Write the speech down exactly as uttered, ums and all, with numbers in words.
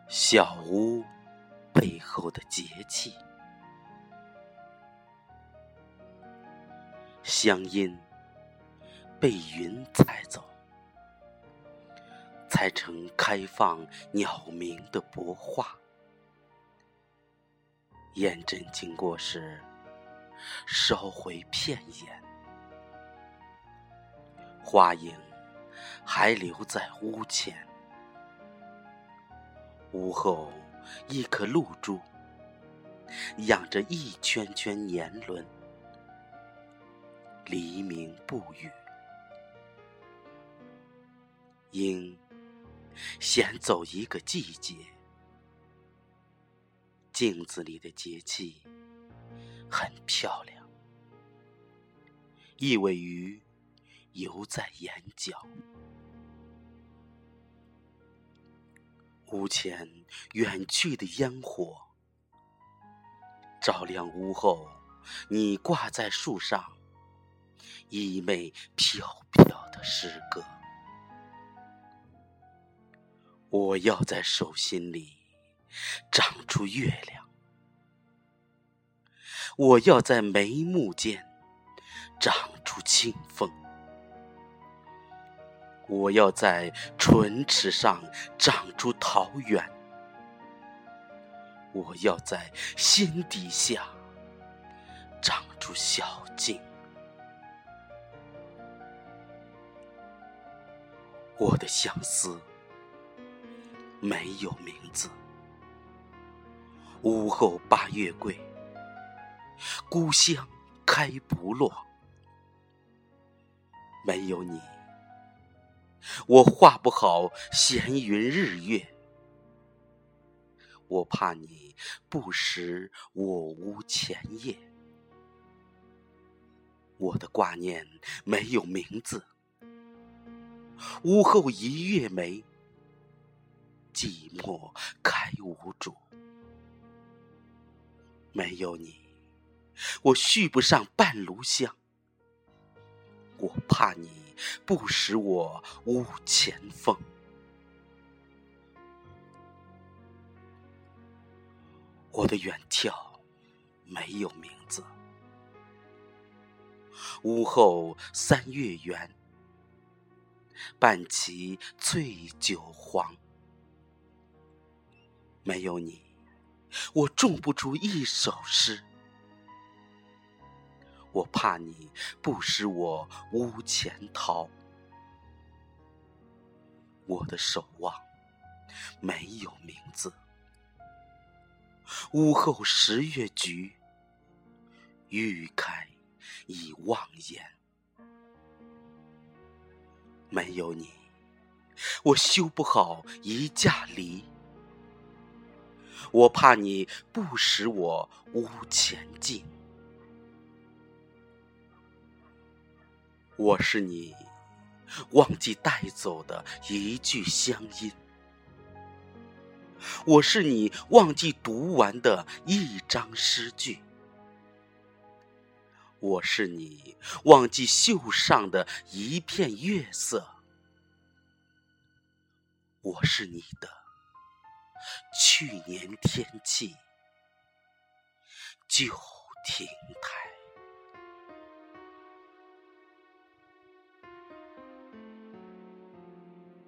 小屋背后的节气，乡音被云采走，采成开放鸟鸣的薄画。验证经过时，收回片言，花影还留在屋前。屋后一颗露珠，养着一圈圈年轮。黎明不语，应先走一个季节。镜子里的节气很漂亮，一尾鱼游在眼角。屋前远去的烟火，照亮屋后你挂在树上衣袂飘飘的诗歌。我要在手心里长出月亮，我要在眉目间长出清风，我要在唇齿上长出桃源，我要在心底下长出小径。我的相思没有名字，屋后八月桂，孤香开不落。没有你，我画不好闲云日月，我怕你不识我屋前叶。我的挂念没有名字，屋后一月梅，寂寞开无主。没有你，我续不上半炉香，我怕你不识我屋前风。我的远眺没有名字，屋后三月圆，半旗醉酒黄。没有你，我种不出一首诗，我怕你不识我屋前桃。我的守望没有名字，屋后十月菊，欲开已忘言。没有你，我修不好一架梨，我怕你不识我屋前镜。我是你忘记带走的一句乡音，我是你忘记读完的一张诗句，我是你忘记袖上的一片月色，我是你的去年天气旧亭台。